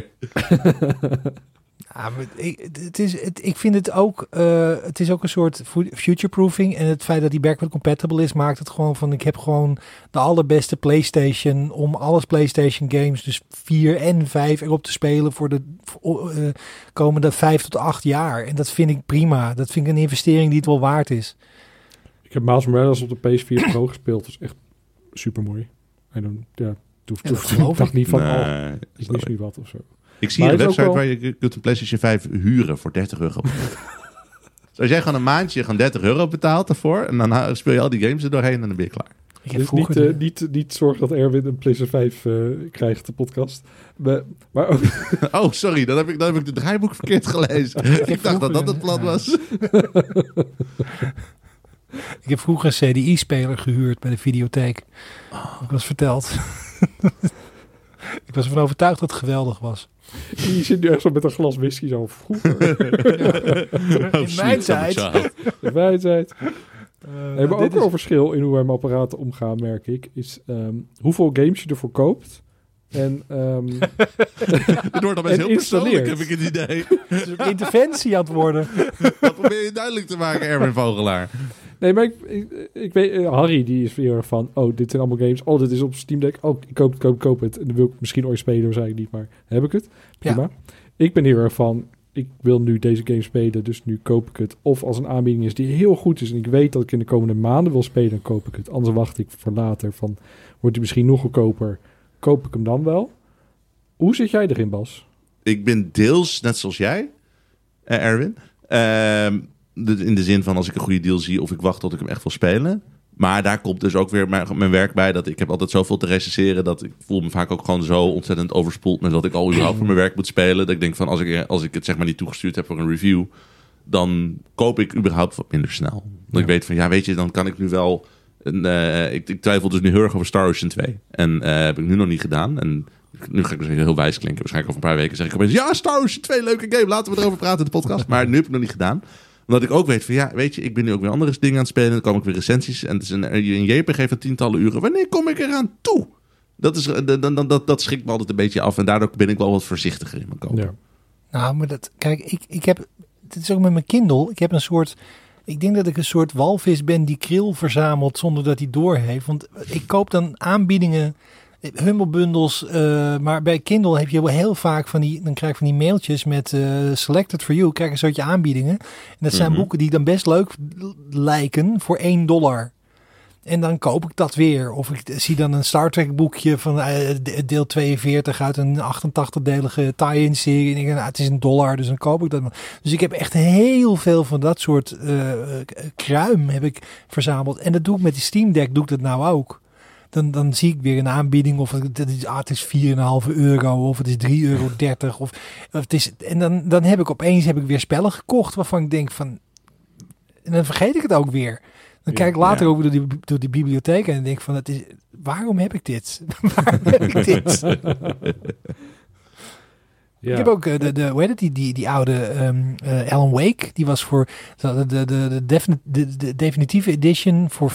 Ja, maar ik vind het ook, het is ook een soort future-proofing. En het feit dat die backward compatible is, maakt het gewoon van, ik heb gewoon de allerbeste PlayStation om alles PlayStation games, dus 4 en 5 erop te spelen voor de komende 5 tot 8 jaar. En dat vind ik prima. Dat vind ik een investering die het wel waard is. Ik heb Miles Morales op de PS4 Pro gespeeld. Dat is echt super mooi. En dan, dacht niet van, is niet nu wat of zo. Ik zie een website waar je kunt een PlayStation 5 huren voor €30. Dus als jij gewoon een maandje gewoon €30 betaalt daarvoor, en dan speel je al die games er doorheen en dan ben je klaar. Dus niet zorg dat Erwin een PlayStation 5 krijgt, de podcast. Maar ook... Oh, sorry, dan heb ik het draaiboek verkeerd gelezen. Ik dacht dat dat het plan was. Ik heb vroeger een CDI-speler gehuurd bij de videotheek. Ik was verteld. Ik was ervan overtuigd dat het geweldig was. Je zit nu echt zo met een glas whisky zo vroeger. In mijn tijd. In mijn tijd. We hebben ook wel een verschil in hoe wij met apparaten omgaan, merk ik. Is hoeveel games je ervoor koopt. En het wordt dan heel persoonlijk, heb ik het idee. Het is ook interventie aan het worden. Dat probeer je duidelijk te maken, Erwin Vogelaar. Nee, maar ik weet, Harry die is weer van, dit zijn allemaal games. Dit is op Steam Deck. Ik koop het. En dan wil ik misschien ooit spelen, waarschijnlijk niet, maar heb ik het. Prima. Ja. Ik ben heel erg van, ik wil nu deze game spelen, dus nu koop ik het. Of als een aanbieding is die heel goed is en ik weet dat ik in de komende maanden wil spelen, dan koop ik het. Anders wacht ik voor later van, wordt hij misschien nog goedkoper, koop ik hem dan wel. Hoe zit jij erin, Bas? Ik ben deels net zoals jij, Erwin. In de zin van als ik een goede deal zie of ik wacht tot ik hem echt wil spelen. Maar daar komt dus ook weer mijn werk bij. Dat ik heb altijd zoveel te recenseren. Dat ik voel me vaak ook gewoon zo ontzettend overspoeld. Met dat ik al überhaupt voor mijn werk moet spelen. Dat ik denk van als ik het zeg maar niet toegestuurd heb voor een review. Dan koop ik überhaupt wat minder snel. Dat ik weet van weet je, dan kan ik nu wel... ik twijfel dus nu heel erg over Star Ocean 2. En heb ik nu nog niet gedaan. En nu ga ik misschien heel wijs klinken. Waarschijnlijk over een paar weken zeg ik opeens... Ja, Star Ocean 2, leuke game. Laten we erover praten in de podcast. Maar nu heb ik nog niet gedaan. Omdat ik ook weet van weet je, ik ben nu ook weer andere dingen aan het spelen. Dan komen ook weer recensies. En het is een JPG van tientallen uren. Wanneer kom ik eraan toe? Dat schrikt me altijd een beetje af. En daardoor ben ik wel wat voorzichtiger in mijn kopen. Ja. Nou, maar kijk, ik heb... Dit is ook met mijn Kindle. Ik heb een soort... Ik denk dat ik een soort walvis ben die kril verzamelt zonder dat hij doorheeft. Want ik koop dan aanbiedingen, Humble Bundles, maar bij Kindle heb je wel heel vaak dan krijg ik van die mailtjes met Selected for You, krijg een soortje aanbiedingen. En dat zijn boeken die dan best leuk lijken voor $1. En dan koop ik dat weer. Of ik zie dan een Star Trek boekje van deel 42 uit een 88-delige tie-in serie. En ik denk, het is $1, dus dan koop ik dat. Dus ik heb echt heel veel van dat soort kruim heb ik verzameld. En dat doe ik met die Steam Deck, doe ik dat nou ook. Dan zie ik weer een aanbieding of het is €4,5 of het is €3,30 of het is, en dan heb ik opeens weer spellen gekocht waarvan ik denk van, en dan vergeet ik het ook weer. Dan kijk ik later over door die bibliotheek en denk van, waarom heb ik dit? Waarom heb ik dit? Ja. Ik heb ook hoe heet het, die oude Alan Wake. Die was voor de definitieve edition voor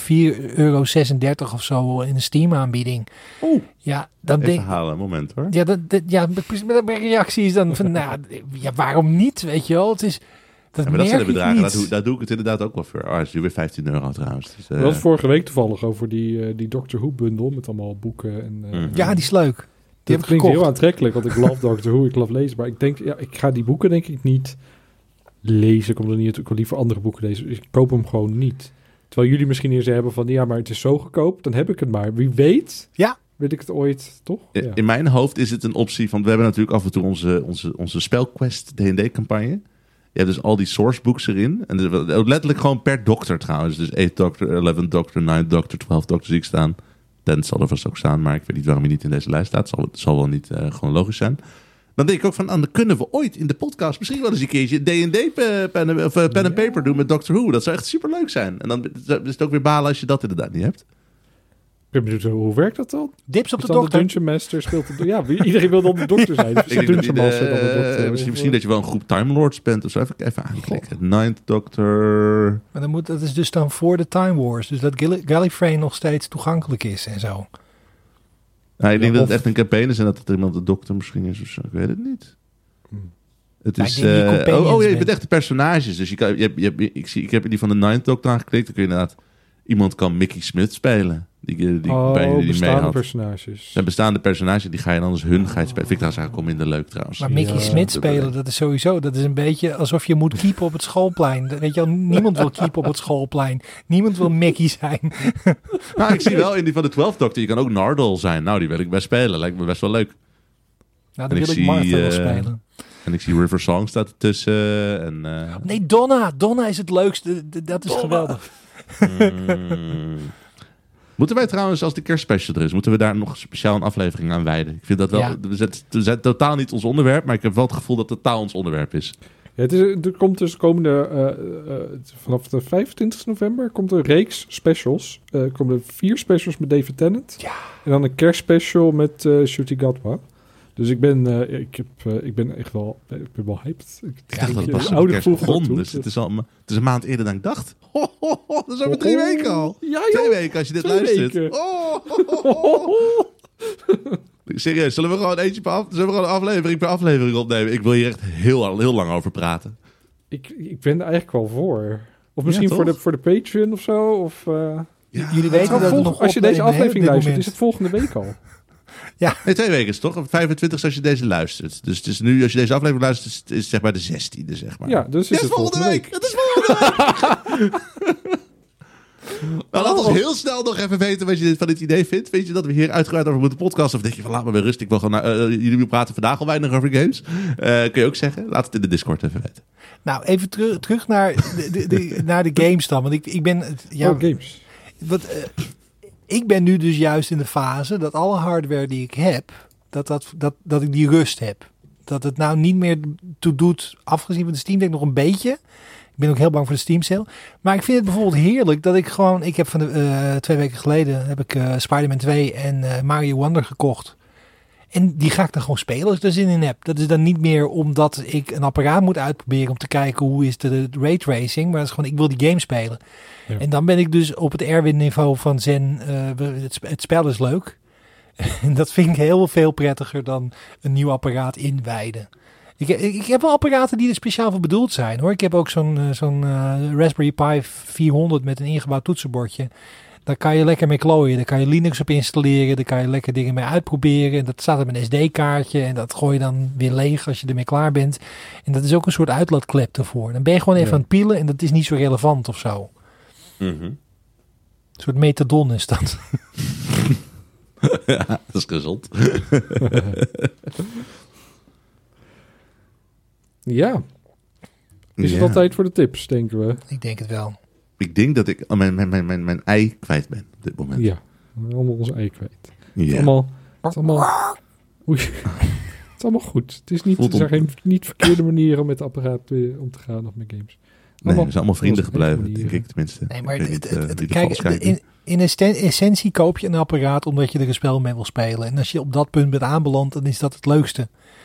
€4,36 of zo in een Steam aanbieding. Oeh. Ja, dan Even denk halen, moment hoor. ja, mijn reactie is dan van, nou, ja, waarom niet, weet je wel? Het is, dat Maar dat zijn de merk ik bedragen, niet. daar doe ik het inderdaad ook wel voor. Oh, het is nu weer €15 trouwens. Dus, Dat was vorige week toevallig over die Doctor Who bundel met allemaal boeken. En, Ja, die is leuk. Die dat heb ik klinkt gekocht. heel aantrekkelijk, want ik love Doctor Who, ik love lezen. Maar ik denk, ja, ik ga die boeken denk ik niet lezen. Ik kom er niet, ik wil liever andere boeken lezen. Dus ik koop hem gewoon niet. Terwijl jullie misschien eerst hebben van, ja, maar het is zo goedkoop, dan heb ik het maar. Wie weet, Ja. weet ik het ooit, toch? Ja. In mijn hoofd is het een optie van... We hebben natuurlijk af en toe onze Spelquest D&D-campagne. Je hebt dus al die sourcebooks erin. En letterlijk gewoon per dokter trouwens. Dus 8 Doctor, 11 Doctor, 9 Doctor, 12 Doctor zie ik staan. 10 zal er vast ook staan, maar ik weet niet waarom hij niet in deze lijst staat. Het zal wel niet gewoon logisch zijn. Dan denk ik ook van, dan kunnen we ooit in de podcast misschien wel eens een keertje D&D pen en paper doen met Doctor Who. Dat zou echt super leuk zijn. En dan is het ook weer balen als je dat inderdaad niet hebt. Ik ben benieuwd, hoe werkt dat dan? Dips op Is de dan dokter. Dungeon Master speelt het. Ja, iedereen wil dan de dokter zijn. Dus Ik denk Dungeon dat Master dan de dokter. misschien dat je wel een groep Time Lords bent of zo. Even aanklikken. Ninth Doctor. Maar dat is dus dan voor de Time Wars. Dus dat Gallifrey nog steeds toegankelijk is en zo. Nou, ik denk dat of- het echt een campaign is en dat het iemand de dokter misschien is of zo. Ik weet het niet. Het Maar is, ik denk die companions je bent. bent echt de personages. Dus ik heb die van de Ninth Doctor aangeklikt. Dan kun je inderdaad... Iemand kan Mickey Smith spelen. Die companion die mee bestaande had. personages. Zijn bestaande personages, die ga je dan als hun ga je spelen. Vind ik trouwens eigenlijk al minder leuk trouwens. Maar Mickey Ja. Smith spelen, dat is sowieso... Dat is een beetje alsof je moet keepen op het schoolplein. Weet je wel, niemand wil keepen op het schoolplein. Niemand wil Mickey zijn. Nou, ik zie wel in die van de 12 Doctor, je kan ook Nardole zijn. Nou, die wil ik best spelen. Lijkt me best wel leuk. Nou, En dan ik wil ik zie, Martha wel spelen. En ik zie River Song staat ertussen. En, Nee, Donna. Donna is het leukste. Dat is geweldig. Moeten wij trouwens, als de kerstspecial er is, moeten we daar nog speciaal een aflevering aan wijden? Ik vind dat wel, Ja. we zijn totaal niet ons onderwerp, maar ik heb wel het gevoel dat het totaal ons onderwerp is. Ja, er komt dus komende, vanaf de 25 november komt er een reeks specials. Er komen er 4 specials met David Tennant. Ja. En dan een kerstspecial met Ncuti Gatwa. Dus ik ben echt wel, ik ben wel hyped. Ik dacht dat het pas een oude gevoel kerst begon, toe. dus het is een maand eerder dan ik dacht. Dat is over 3 weken al. Ja, 2 joh. weken als je dit 2 luistert. weken. Serieus, zullen we gewoon een aflevering per aflevering opnemen? Ik wil hier echt heel lang over praten. Ik ben er eigenlijk wel voor. Of misschien toch? voor de Patreon of zo. Of, Jullie weten dat het nog als je deze opnemen, hè, op aflevering dit luistert, moment. is het volgende week al. Nee, 2 weken is het toch? Op 25 als je deze luistert. Dus het is nu, als je deze aflevering luistert, is het zeg maar de 16e, zeg maar. Ja, dus is het volgende week. Het is volgende week! Nou, laat ons heel snel nog even weten wat je van dit idee vindt. Weet je dat we hier uitgebreid over moeten podcasten? Of denk je van, laat me weer rust. Ik wil gewoon, jullie praten vandaag al weinig over games. Kun je ook zeggen. Laat het in de Discord even weten. Nou, even terug naar naar de games dan. Want ik ben... Games. Ik ben nu dus juist in de fase dat alle hardware die ik heb, dat ik die rust heb. Dat het nou niet meer toe doet, afgezien van de Steam Deck nog een beetje. Ik ben ook heel bang voor de Steam sale. Maar ik vind het bijvoorbeeld heerlijk dat ik heb van de 2 weken geleden heb ik Spider-Man 2 en Mario Wonder gekocht. En die ga ik dan gewoon spelen als ik er zin in heb. Dat is dan niet meer omdat ik een apparaat moet uitproberen om te kijken hoe is de raytracing. Maar dat is gewoon, ik wil die game spelen. Ja. En dan ben ik dus op het Erwin niveau van Zen. Het spel is leuk. En dat vind ik heel veel prettiger dan een nieuw apparaat inwijden. Ik heb wel apparaten die er speciaal voor bedoeld zijn, hoor. Ik heb ook zo'n Raspberry Pi 400 met een ingebouwd toetsenbordje. Daar kan je lekker mee klooien. Daar kan je Linux op installeren. Daar kan je lekker dingen mee uitproberen. En dat staat op een SD-kaartje. En dat gooi je dan weer leeg als je ermee klaar bent. En dat is ook een soort uitlaatklep ervoor. Dan ben je gewoon even aan het pielen en dat is niet zo relevant of zo. Een soort metadon is dat. Ja, dat is gezond. Ja. Is het al tijd voor de tips, denken we? Ik denk het wel. Ik denk dat ik mijn ei kwijt ben op dit moment. Ja. We hebben allemaal onze ei kwijt. Het is Ja. allemaal... Oei. Het is allemaal goed. Het is niet, Voelt er zijn geen niet verkeerde manieren om met het apparaat om te gaan of met games. Nee, we zijn allemaal vrienden onze eigen gebleven, denk manieren. ik tenminste. Nee, maar Ik weet niet, wie er kijk, vals kijken. in essentie koop je een apparaat omdat je er een spel mee wil spelen. En als je op dat punt bent aanbeland, dan is dat het leukste.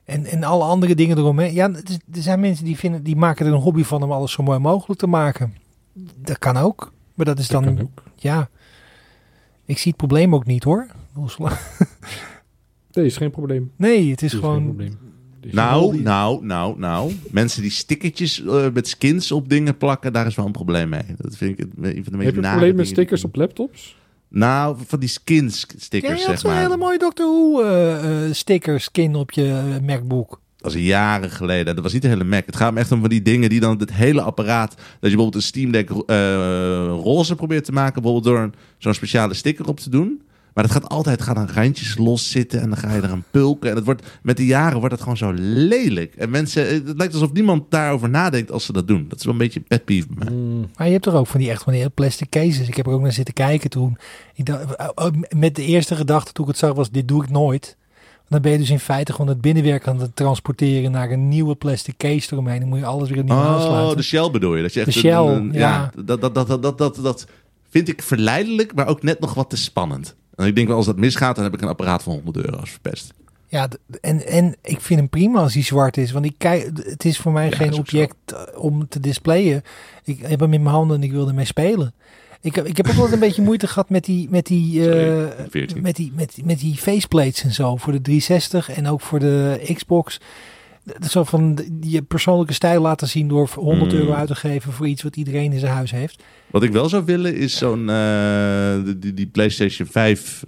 En alle andere dingen eromheen. Ja, er zijn mensen die maken er een hobby van om alles zo mooi mogelijk te maken. Dat kan ook. Maar dat is Dat dan... kan ook. Ja. Ik zie het probleem ook niet, hoor. Nee, is geen probleem. Nee, het is Is gewoon... geen probleem. Dus Nou. Mensen die stickertjes met skins op dingen plakken, daar is wel een probleem mee. Dat vind ik een van de meest heb je een nare probleem met dingen stickers die- op laptops? Nou, van die skins-stickers, Ja, je had zeg zo'n maar. hele mooie Doctor Who sticker skin op je MacBook. Dat was jaren geleden. Dat was niet de hele Mac. Het gaat me echt om van die dingen die dan het hele apparaat... Dat je bijvoorbeeld een Steam Deck roze probeert te maken. Bijvoorbeeld door zo'n speciale sticker op te doen. Maar dat gaat dan randjes los zitten en dan ga je er aan pulken. En het wordt, met de jaren wordt het gewoon zo lelijk. En mensen, het lijkt alsof niemand daarover nadenkt als ze dat doen. Dat is wel een beetje pet peeve bij mij. Maar je hebt er ook van die echt van die plastic cases. Ik heb er ook naar zitten kijken toen. Ik dacht, met de eerste gedachte toen ik het zag was, dit doe ik nooit. Dan ben je dus in feite gewoon het binnenwerk aan het transporteren naar een nieuwe plastic case eromheen. Dan moet je alles weer opnieuw aansluiten. De shell bedoel je? Dat je echt De shell, ja. Dat vind ik verleidelijk, maar ook net nog wat te spannend. En ik denk wel, als dat misgaat, dan heb ik een apparaat van €100 als verpest. Ja, en ik vind hem prima als hij zwart is. Want het is voor mij Ja, geen is ook object om te displayen. Ik heb hem in mijn handen en ik wil ermee spelen. Ik heb ook wel een beetje moeite gehad met die 14. met die faceplates en zo. Voor de 360 en ook voor de Xbox. Zo van je persoonlijke stijl laten zien door €100 uit te geven voor iets wat iedereen in zijn huis heeft. Wat ik wel zou willen is zo'n die PlayStation 5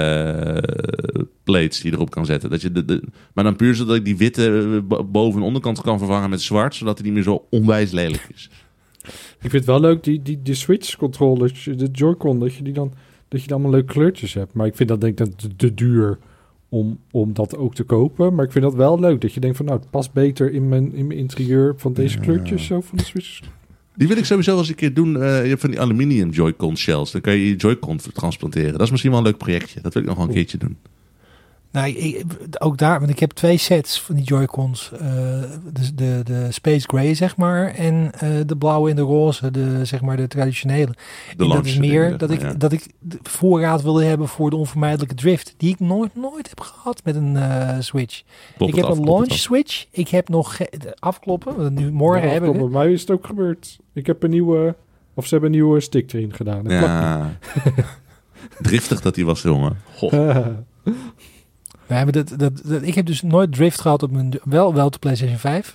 plates die je erop kan zetten. Dat je maar dan puur zodat ik die witte boven- en onderkant kan vervangen met zwart, zodat hij niet meer zo onwijs lelijk is. Ik vind het wel leuk, die Switch controllers, de Joy-Con, dat je dan allemaal leuke kleurtjes hebt. Maar ik vind dat denk ik te duur om dat ook te kopen. Maar ik vind dat wel leuk, dat je denkt van nou, het past beter in mijn interieur van deze kleurtjes zo van de Switch. Die wil ik sowieso wel eens een keer doen. Je hebt van die aluminium Joy-Con shells. Dan kan je Joy-Con transplanteren. Dat is misschien wel een leuk projectje. Dat wil ik nog wel een keertje doen. Nou, ook daar, want ik heb 2 sets van die Joy-Cons. De Space Gray, zeg maar. En de blauwe en de roze, zeg maar de traditionele. En dat is meer dat ik de voorraad wilde hebben voor de onvermijdelijke drift. Die ik nooit heb gehad met een Switch. Ik heb een launch Switch. Ik heb nog afkloppen. Want nu morgen heb ik het. Bij mij is het ook gebeurd. Ik heb ze hebben een nieuwe stick erin gedaan. Het Ja. Driftig dat hij was, jongen. Goh. Ja, maar ik heb dus nooit drift gehad op mijn... Wel op de PlayStation 5.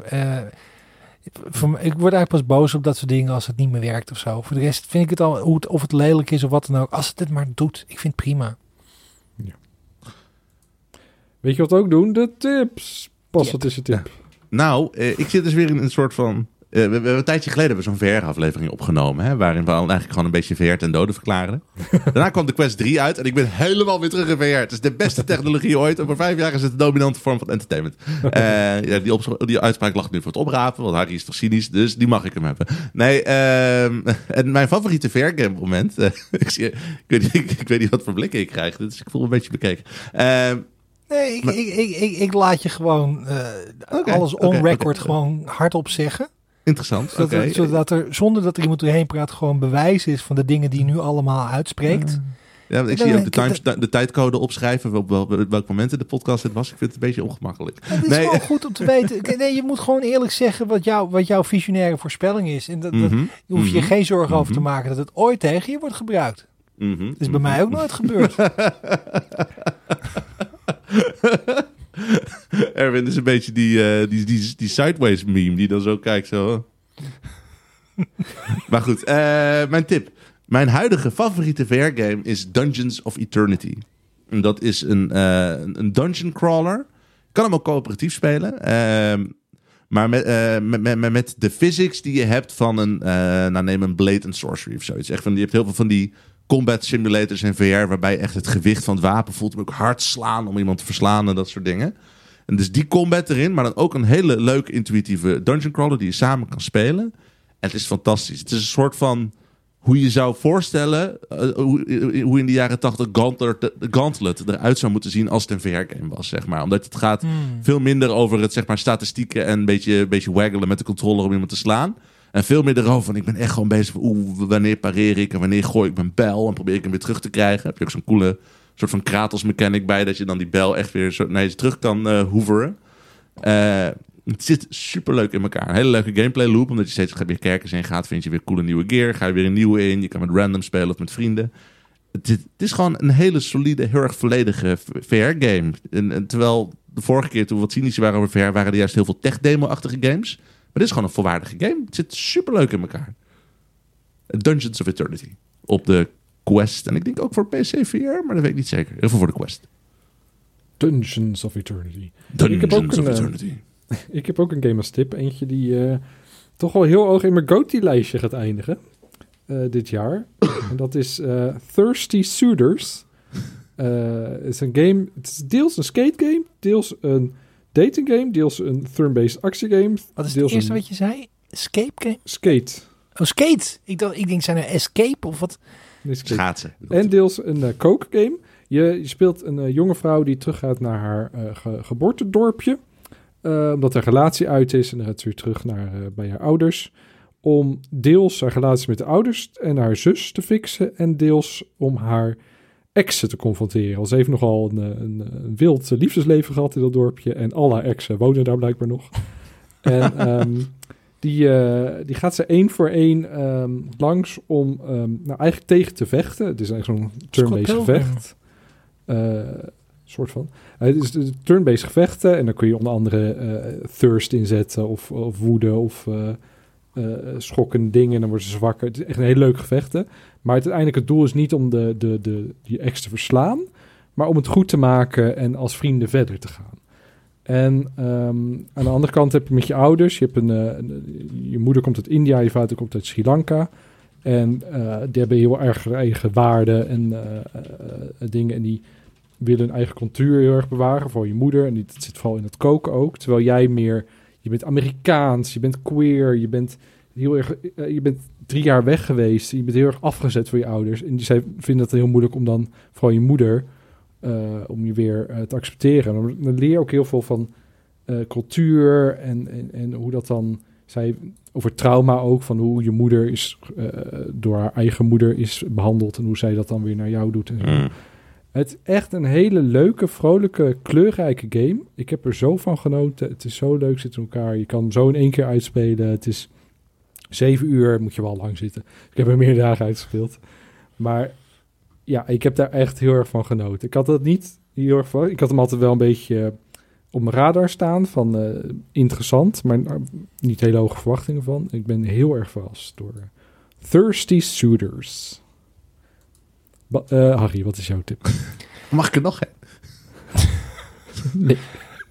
Ik word eigenlijk pas boos op dat soort dingen als het niet meer werkt of zo. Voor de rest vind ik het al... Of het lelijk is of wat dan ook. Als het maar doet. Ik vind het prima. Ja. Weet je wat ook doen? De tips. Wat is de tip? Nou, ik zit dus weer in een soort van... we hebben een tijdje geleden zo'n VR-aflevering opgenomen. Hè, waarin we eigenlijk gewoon een beetje VR ten dode verklaren. Daarna kwam de Quest 3 uit en ik ben helemaal weer terug in VR. Het is de beste technologie ooit. Over 5 jaar is het de dominante vorm van entertainment. Die uitspraak lag nu voor het oprapen. Want Harry is toch cynisch, dus die mag ik hem hebben. Nee, en mijn favoriete VR-game moment... ik weet niet wat voor blikken ik krijg. Dus ik voel me een beetje bekeken. Nee, ik laat je gewoon alles on record gewoon hardop zeggen. Interessant. Zodat er, zonder dat er iemand doorheen praat, gewoon bewijs is van de dingen die je nu allemaal uitspreekt. Ja, want ik zie ook de tijdcode opschrijven op welk moment in de podcast het was. Ik vind het een beetje ongemakkelijk. Het is gewoon goed om te weten. Nee, je moet gewoon eerlijk zeggen wat jouw visionaire voorspelling is. En daar hoef je geen zorgen over te maken dat het ooit tegen je wordt gebruikt. Dat is bij mij ook nooit gebeurd. Erwin is een beetje die sideways meme die dan zo kijkt. Zo. Maar goed, mijn tip. Mijn huidige favoriete VR-game is Dungeons of Eternity. En dat is een dungeon crawler. Je kan hem ook coöperatief spelen. Maar met de physics die je hebt van neem een Blade and Sorcery of zoiets. Echt je hebt heel veel van die combat simulators in VR... waarbij echt het gewicht van het wapen voelt... ook hard slaan om iemand te verslaan en dat soort dingen. En dus die combat erin, maar dan ook een hele leuke intuïtieve dungeon crawler... die je samen kan spelen. En het is fantastisch. Het is een soort van... hoe je zou voorstellen... hoe in de jaren 80 Gauntlet eruit zou moeten zien... als het een VR-game was, zeg maar. Omdat het gaat veel minder over het, zeg maar, statistieken... en een beetje waggelen met de controller om iemand te slaan... En veel meer erover van, ik ben echt gewoon bezig van... wanneer pareer ik en wanneer gooi ik mijn bijl... en probeer ik hem weer terug te krijgen. Heb je ook zo'n coole soort van Kratos mechanic bij... dat je dan die bijl echt weer naar je terug kan hoeveren. Het zit superleuk in elkaar. Een hele leuke gameplay loop. Omdat je steeds weer kerkers in gaat, vind je weer coole nieuwe gear. Ga je weer een nieuwe in. Je kan met random spelen of met vrienden. Het is gewoon een hele solide, heel erg volledige VR-game. En terwijl de vorige keer toen we wat cynisch waren over VR, waren er juist heel veel tech-demo-achtige games. Maar dit is gewoon een volwaardige game. Het zit superleuk in elkaar. Dungeons of Eternity. Op de Quest. En ik denk ook voor PC VR, maar dat weet ik niet zeker. Heel veel voor de Quest. Dungeons of Eternity. Dungeons of Eternity. Ik heb ook een game als tip. Eentje die toch wel heel hoog in mijn GOTY-lijstje gaat eindigen. Dit jaar. En dat is Thirsty Suitors. Het is een game. Het is deels een skate game, deels een dating game, deels een turn-based actiegame. Wat is het eerste wat je zei? Escape game? Skate. Oh, skate. Ik denk, zijn er escape of wat? Nee, skate. Schaatsen. En deels een coke game. Je speelt een jonge vrouw die teruggaat naar haar geboortedorpje. Omdat haar relatie uit is en dan gaat ze weer terug bij haar ouders. Om deels haar relatie met de ouders en haar zus te fixen. En deels om haar exen te confronteren. Want ze heeft nogal een wild liefdesleven gehad in dat dorpje. En al haar exen wonen daar blijkbaar nog. En die gaat ze één voor één langs om eigenlijk tegen te vechten. Het is eigenlijk zo'n turn-based gevecht. Soort van. Het is de turn-based gevechten. En dan kun je onder andere thirst inzetten. Of woede. Of schokken dingen. Dan worden ze zwakker. Het is echt een heel leuk gevechten. Maar uiteindelijk het doel is niet om die ex te verslaan. Maar om het goed te maken. En als vrienden verder te gaan. En aan de andere kant heb je met je ouders. Je hebt je moeder komt uit India. Je vader komt uit Sri Lanka. En die hebben heel erg eigen waarden en dingen. En die willen hun eigen cultuur heel erg bewaren voor je moeder. En dat zit vooral in het koken ook. Terwijl jij meer, je bent Amerikaans, je bent queer, je bent 3 jaar weg geweest. Je bent heel erg afgezet voor je ouders. En zij vinden het heel moeilijk om dan, vooral je moeder, om je weer te accepteren. En dan leer je ook heel veel van cultuur en hoe dat dan, zij over trauma ook, van hoe je moeder is door haar eigen moeder is behandeld en hoe zij dat dan weer naar jou doet en zo. Het is echt een hele leuke, vrolijke, kleurrijke game. Ik heb er zo van genoten. Het is zo leuk, zit in elkaar. Je kan hem zo in 1 keer uitspelen. Het is 7 uur, moet je wel lang zitten. Ik heb er meer dagen uitgespeeld. Maar ja, ik heb daar echt heel erg van genoten. Ik had dat niet heel erg van. Ik had hem altijd wel een beetje op mijn radar staan van interessant, maar niet hele hoge verwachtingen van. Ik ben heel erg verrast door Thirsty Suitors. Harry, wat is jouw tip? Mag ik er nog Nee.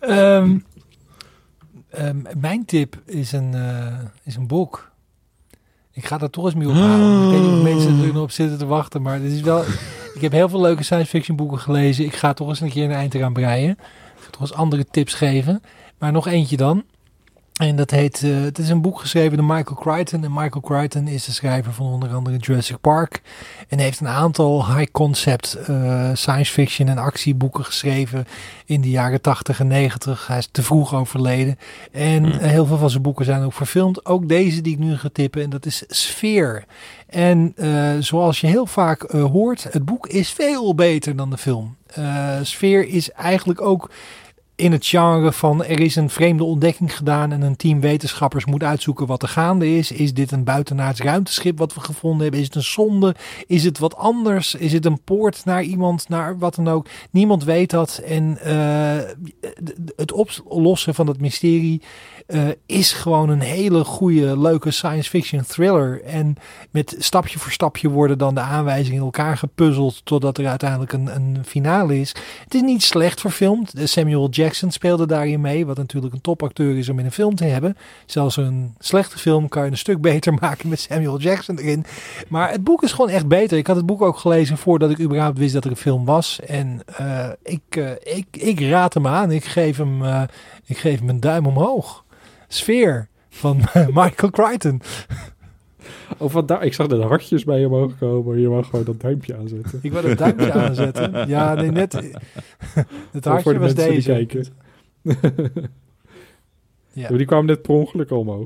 Mijn tip is een boek. Ik ga daar toch eens mee ophouden. Ik weet niet of mensen er nog op zitten te wachten, maar dit is wel. Ik heb heel veel leuke science fiction boeken gelezen. Ik ga toch eens een keer een eind eraan breien. Ik ga toch eens andere tips geven. Maar nog eentje dan. En dat heet, het is een boek geschreven door Michael Crichton. En Michael Crichton is de schrijver van onder andere Jurassic Park. En heeft een aantal high concept science fiction en actieboeken geschreven in de jaren 80 en 90. Hij is te vroeg overleden. En heel veel van zijn boeken zijn ook verfilmd. Ook deze die ik nu ga tippen. En dat is Sphere. En zoals je heel vaak hoort, het boek is veel beter dan de film. Sphere is eigenlijk ook in het genre van er is een vreemde ontdekking gedaan en een team wetenschappers moet uitzoeken wat er gaande is. Is dit een buitenaards ruimteschip wat we gevonden hebben? Is het een sonde? Is het wat anders? Is het een poort naar iemand, naar wat dan ook? Niemand weet dat. En het oplossen van dat mysterie is gewoon een hele goede, leuke science fiction thriller. En met stapje voor stapje worden dan de aanwijzingen in elkaar gepuzzeld totdat er uiteindelijk een finale is. Het is niet slecht verfilmd. Samuel Jackson speelde daarin mee, wat natuurlijk een topacteur is om in een film te hebben. Zelfs een slechte film kan je een stuk beter maken met Samuel Jackson erin. Maar het boek is gewoon echt beter. Ik had het boek ook gelezen voordat ik überhaupt wist dat er een film was. En ik raad hem aan. Ik geef hem een duim omhoog. Sfeer van Michael Crichton. Ik zag dat hartjes bij je mogen komen. Je mag gewoon dat duimpje aanzetten. Ik wil dat duimpje aanzetten. Ja, nee, net. Het hartje voor de was mensen deze. Die kijken. Ja. Die kwamen net per ongeluk omhoog.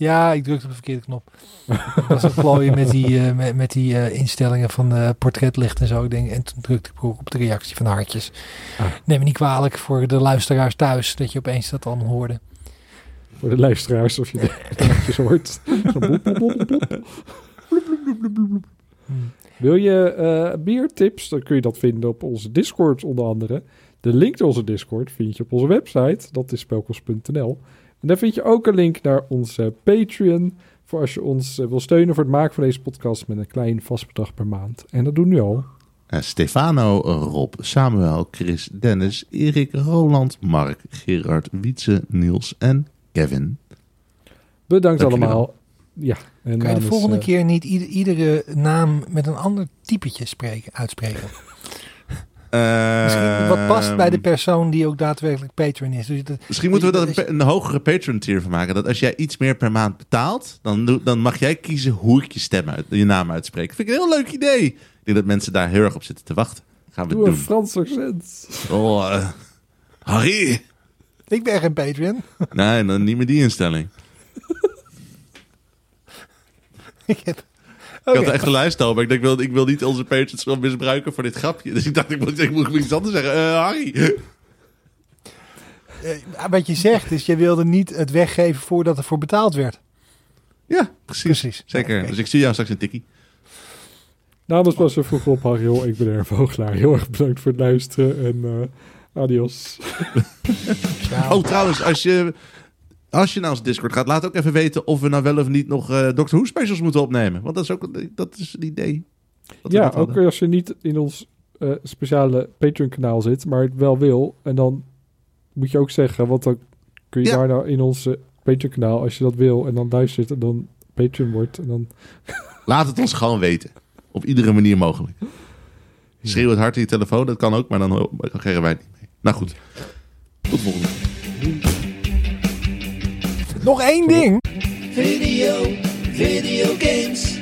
Ja, ik drukte op de verkeerde knop. Ik was aan het plooien met die instellingen van portretlicht en zo. En toen drukte ik op de reactie van hartjes. Neem me niet kwalijk voor de luisteraars thuis dat je opeens dat allemaal hoorde. Voor de luisteraars, of je de hartjes hoort. Zo blop, blop, blop, blop. Wil je meer tips? Dan kun je dat vinden op onze Discord onder andere. De link naar onze Discord vind je op onze website. Dat is spelkos.nl. En daar vind je ook een link naar onze Patreon. Voor als je ons wil steunen voor het maken van deze podcast met een klein vast bedrag per maand. En dat doen we nu al. Stefano, Rob, Samuel, Chris, Dennis, Erik, Roland, Mark, Gerard, Wietse, Niels en Kevin. Bedankt Dank jullie allemaal. Ja, en Kan je de volgende keer niet iedere naam met een ander typetje uitspreken? Misschien wat past bij de persoon die ook daadwerkelijk patron is. Dus misschien moeten we dat een hogere patron tier van maken. Dat als jij iets meer per maand betaalt, dan mag jij kiezen hoe ik je naam uitspreek. Vind ik een heel leuk idee. Ik denk dat mensen daar heel erg op zitten te wachten. Gaan we Doe doen. een Frans accent. Oh, Harry. Ik ben geen patron. Nee, dan niet meer die instelling. Ik had echt een lijst al, maar ik wil niet onze patrons gewoon misbruiken voor dit grapje. Dus ik dacht, ik moet iets anders zeggen. Harry. Wat je zegt is, je wilde niet het weggeven voordat er voor betaald werd. Ja, precies. Zeker. Okay. Dus ik stuur jou straks een tikkie. Namens was er vroeg op, Harry. Ik ben er Vogelaar. Heel erg bedankt voor het luisteren en adios. Ciao. Oh, trouwens, als je naar ons Discord gaat, laat ook even weten of we nou wel of niet nog Doctor Who specials moeten opnemen. Want dat is een idee. Ja, ook als je niet in ons speciale Patreon kanaal zit, maar het wel wil. En dan moet je ook zeggen, want dan kun je daar nou in onze Patreon kanaal, als je dat wil, en dan luistert en dan Patreon wordt. En dan... Laat het ons gewoon weten. Op iedere manier mogelijk. Schreeuw het hard in je telefoon, dat kan ook, maar dan krijgen wij het niet mee. Nou goed, tot de volgende. Nog één ding. Video games.